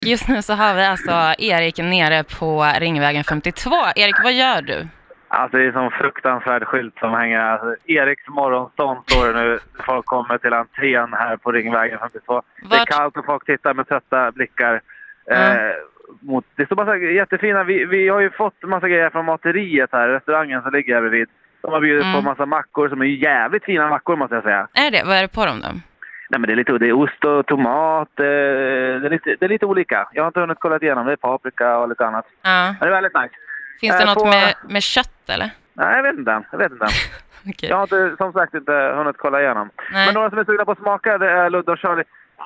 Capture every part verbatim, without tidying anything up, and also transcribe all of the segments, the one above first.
Just nu så har vi alltså Erik nere på Ringvägen femtiotvå. Erik, vad gör du? Alltså det är som fruktansvärd skylt som hänger. Alltså, Eriks morgonstånd står det nu. Folk kommer till entrén här på Ringvägen femtiotvå. Vart? Det är kallt och folk tittar med trötta blickar. Mm. Eh, mot, det står bara jättefina. Vi, vi har ju fått massa grejer från materiet här. Restaurangen som ligger här bredvid. De har bjudit mm. på massa mackor som är jävligt fina mackor, måste jag säga. Är det? Vad är det på dem då? Nej, men det är lite det är ost och tomat. Eh, det, är lite, det är lite olika. Jag har inte hunnit kolla igenom. Det är paprika och lite annat. Ja. Men det är väldigt nice. Finns det äh, något på... med, med kött eller? Nej, jag vet inte. Jag vet inte. Okay. Jag har inte, som sagt inte hunnit kolla igenom. Nej. Men några som är sugna på att smaka, det är Ludde och Charlie.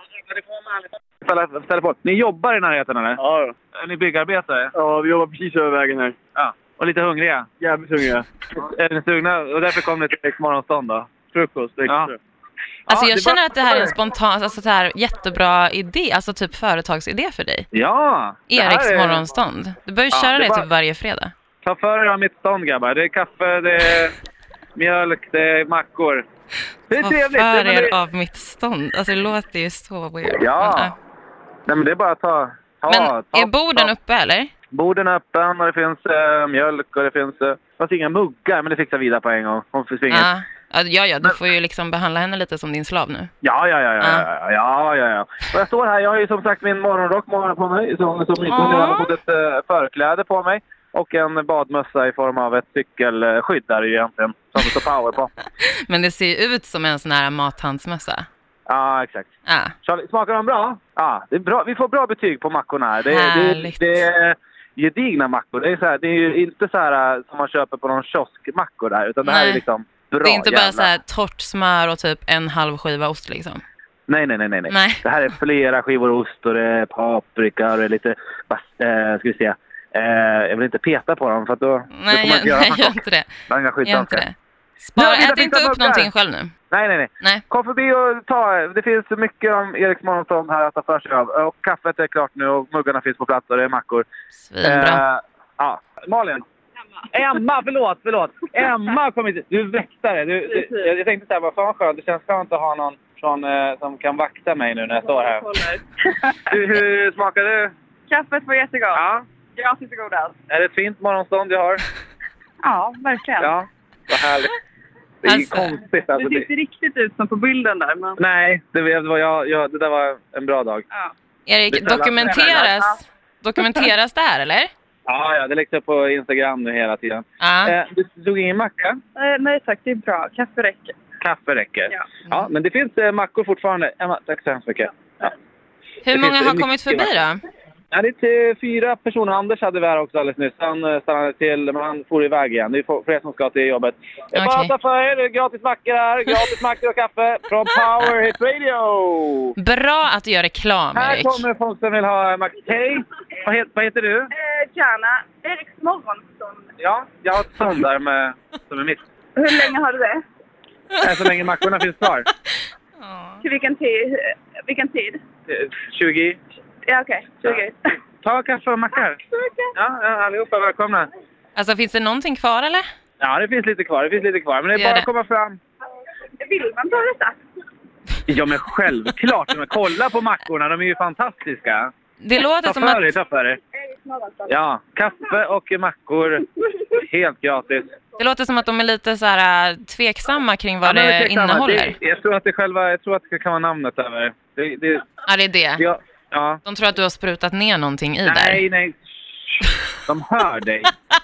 Ställa, ställa på. Ni jobbar i närheten, eller? Ja. Är ni byggarbetare? Ja, vi jobbar precis över vägen här. Ja. Och lite hungriga? Jävligt hungriga. Är ni sugna? Och därför kom ni till Eriks morgonstånd då? Frukost, extra. Ja. Alltså ja, jag det känner bara... att det här är en spontan, alltså så här jättebra idé, alltså typ företagsidé för dig. Ja! Eriks är... morgonstånd. Du bör ju ja, köra det, det bara... typ varje fredag. Ta för er av mitt stånd, grabbar. Det är kaffe, det är mjölk, det är mackor. Det är Ta trevligt. för det, er det... av mitt stånd. Alltså det låter ju så weird. Ja. Men, äh. Nej, men det är bara att ta... ta men ta, är borden ta. uppe eller? Borden är öppen och det finns äh, mjölk och det finns... Äh, det finns inga muggar, men det fixar vidare på en gång. Hon försvinner. Ah. Ja, ja, du får ju liksom behandla henne lite som din slav nu. Ja, ja, ja, ja, ja, ja, ja, ja. Och jag står här, jag har ju som sagt min morgonrock på mig, som, som jag har fått ett uh, förkläde på mig. Och en badmössa i form av ett cykelskydd där ju egentligen, som det står power på. Men det ser ju ut som en sån här mathandsmössa. Ja, exakt. Ah. Charlie, smakar de bra? Ja, det är bra. Vi får bra betyg på mackorna här. Det är, Härligt. det, det är gedigna mackor. Det är, så här, det är ju inte så här som man köper på någon kioskmackor där, utan nej. Det här är liksom... Bra, det är inte bara jävla. så här torrt smör och typ en halv skiva ost liksom. Nej, nej, nej, nej. nej. Det här är flera skivor ost och det är paprika och det är lite... Äh, ska vi se. Äh, jag vill inte peta på dem för att då... Nej, då jag, nej gör inte det. Gör inte det. Spara, nej, ät inte upp någonting själv nu. Nej, nej, nej, nej. Kom förbi och ta... Det finns mycket om Eriks morgonstånd här att ta för sig av. Och kaffet är klart nu och muggarna finns på plats och det är mackor. Svinbra. Äh, ja, Malin. Emma, förlåt, förlåt. Emma kom hit. Du är väktare. Du, du, jag tänkte säga, vad fan skönt. Det känns skönt att ha någon från, eh, som kan vakta mig nu när jag står här. Du, hur smakar du? Kaffet var jättegott. Ja. Gratis och godast. Är det ett fint morgonstånd jag har? Ja, verkligen. Ja, vad härligt. Det är alltså, konstigt. Alltså, det ser inte det... riktigt ut som på bilden där. Men... Nej, det, det, var jag, jag, det där var en bra dag. Ja. Erik, dokumenteras, dokumenteras det här, eller? Ja, ja, det läggs upp på Instagram nu hela tiden. Ja. Eh, du tog ingen macka? Eh, nej tack, det är bra. Kaffe räcker. Kaffe räcker? Ja. Ja, men det finns eh, mackor fortfarande. Emma, tack så hemskt mycket. Ja. Hur det många finns, har kommit förbi då? Ja, det är till fyra personer. Anders hade vi här också alldeles nyss. Han stannade till, men han får iväg igen. Det är fler som ska till jobbet. Jag okay. bara ta för er. Det är gratis mackor här. Gratis mackor och kaffe från Power Hit Radio. Bra att du gör reklam, här Erik. Här kommer folk som vill ha mackor. Hej, vad heter, vad heter du? Eh, Jana. Eriks morgonstånd. Ja, jag har ett sånt där med, som är mitt. Hur länge har du det? Så länge mackorna finns kvar. Till vilken tid? Vilken tid? tjugo. Ja, okej. Okay. tjugo. Ja. Ta kaffe och mackor. Ja, ja, allihopa välkomna. Alltså, finns det någonting kvar, eller? Ja, det finns lite kvar. Det finns lite kvar. Men det är Gör bara det. att komma fram. Vill man ta detta? Ja, men självklart. Men kolla på mackorna. De är ju fantastiska. Det låter ta som för att... dig, ta för dig. Ja, kaffe och mackor. Helt gratis. Det låter som att de är lite så här tveksamma kring vad ja, det, det innehåller. Det, jag tror att det själva, jag tror att det kan vara namnet över. Det, det, ja, det är det. Ja, ja. De tror att du har sprutat ner någonting i nej, där. Nej, nej. De hör dig.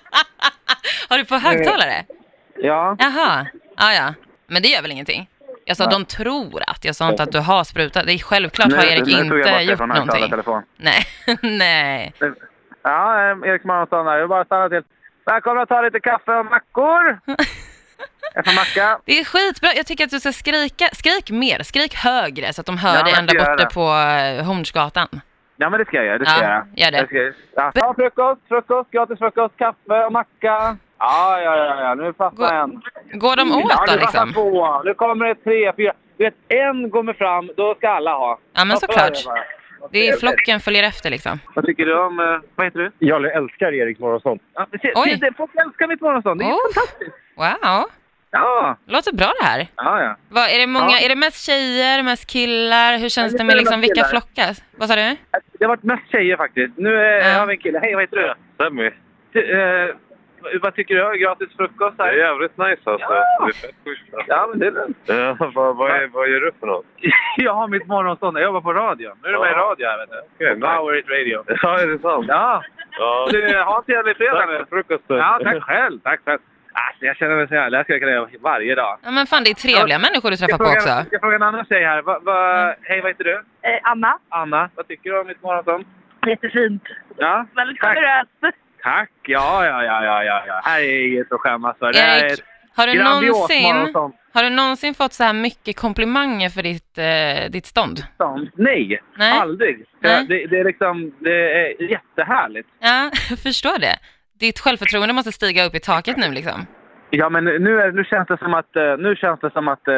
Har du på högtalare? Ja. Jaha, ja, ja. Men det gör väl ingenting? Jag sa ja. De tror att, jag sa inte att du har sprutat. Det är självklart nej, har Erik nu, nu inte gjort någonting. Nej, nej. Ja, Erik Morgonstånd här. Jag vill bara stanna till. Välkomna att ta lite kaffe och mackor. Jag får macka. Det är skitbra. Jag tycker att du ska skrika. Skrik mer. Skrik högre så att de hör ja, dig ända borta på Hornsgatan. Ja, men det ska jag göra. Det ska ja, jag gör det. det ja. Ja, frukost, frukost, gratis frukost, kaffe och macka. Ja, ja, ja. ja. Nu fastnar en. Går de åt ja, då liksom? Två. Nu kommer det tre, fyra. Du vet, en går fram, då ska alla ha. Ja, men såklart. Det är flocken följer efter liksom. Vad tycker du om, uh, vad heter du? Jag älskar Eriks morgonstånd. Ja, se, se, folk älskar mitt morgonstånd. Det är oh. fantastiskt. Wow. Ja. Låter bra det här. Ja, ja. Vad, är det många, Ja. är det mest tjejer, mest killar? Hur känns det med liksom, vilka flockas? Vad sa du? Det har varit mest tjejer faktiskt. Nu är Ja. jag en kille. Hej, vad heter du? Sammy. Eh, vad tycker du? Gratis frukost här? Det är jävligt nice alltså. Ja. Det är fett schysst. Ja, men det är lugnt. Ja, vad, vad, är, vad gör du för något? Jag har mitt morgonstånd. Jag jobbar på radion. Nu är det med i radio här, vet du. Okay, nice. Power It Radio. Ja, är det sant? Ja. Ja. Du, ha en trevlig fredag nu. Tack för frukosten. Ja, tack själv. Tack själv. Alltså, jag känner mig så jävla... Jag ska göra det varje dag. Ja, men fan, det är trevliga människor du träffar på fråga, också. Jag ska fråga en annan tjej här. Va, va, Mm. Hej, vad heter du? Eh, Anna. Anna. Vad tycker du om mitt morgonstånd? Jättefint. Ja. Väldigt Tack. generöst. Tack. Ja, ja, ja, ja, ja. ja. Här är inget att skämmas för. Det här är Erik, ett har du, grandios någonsin, morgonstånd. har du någonsin fått så här mycket komplimanger för ditt, eh, ditt stånd? Nej, Nej. aldrig. Nej. Det, det är liksom... Det är jättehärligt. Ja, jag förstår det. Ditt självförtroende måste stiga upp i taket nu liksom. Ja, men nu, är, nu känns det som att... eh, Nu känns det som att... eh,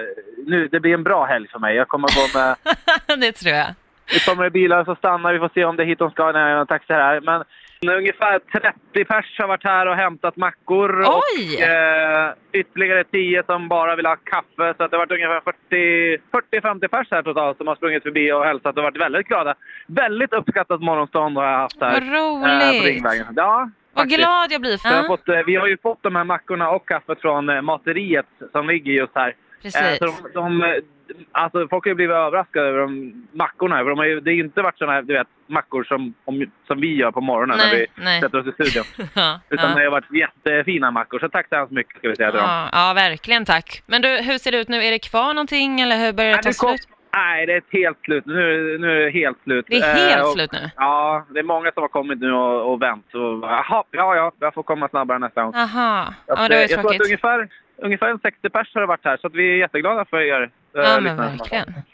Nu, det blir en bra helg för mig. Jag kommer gå med... Det tror jag. Vi kommer i bilar så stannar vi, får se om det är hit de ska. Nej, jag har taxi här. Men ungefär trettio pers har varit här och hämtat mackor. Oj! Och eh, ytterligare tio som bara vill ha kaffe. Så att det har varit ungefär fyrtio till femtio pers här totalt som har sprungit förbi och hälsat och varit väldigt glada. Väldigt uppskattat morgonstånd har jag haft här. Vad eh, på roligt! Ringvägen. Ja, Vad faktiskt. glad jag blir. Så jag har Ja, fått, eh, vi har ju fått de här mackorna och kaffet från eh, materiet som ligger just här. precis. Eh, så de, de, eh, alltså folk har ju blivit överraskade över de mackorna. För de har ju, det har ju inte varit sådana här, du vet, mackor som, om, som vi gör på morgonen när Nej, vi nej. sätter oss i studion. Ja, Utan ja. det har varit jättefina mackor. Så tack så hemskt mycket ska vi säga till dem. Ja, ja, verkligen tack. Men du, hur ser det ut nu? Är det kvar någonting eller hur börjar det Nej, ta det kom- slut? Nej, det är ett helt slut. Nu, nu är det helt slut. Det är helt Eh, och- slut nu? Ja, det är många som har kommit nu och, och vänt. Och, jaha, ja, ja, jag får komma snabbare nästa gång. Aha, Så att, ja det var ju eh, jag tror att tråkigt. ungefär, ungefär en sextio pers har det varit här. Så att vi är jätteglada för er. eh, Ja men lyssnare. verkligen.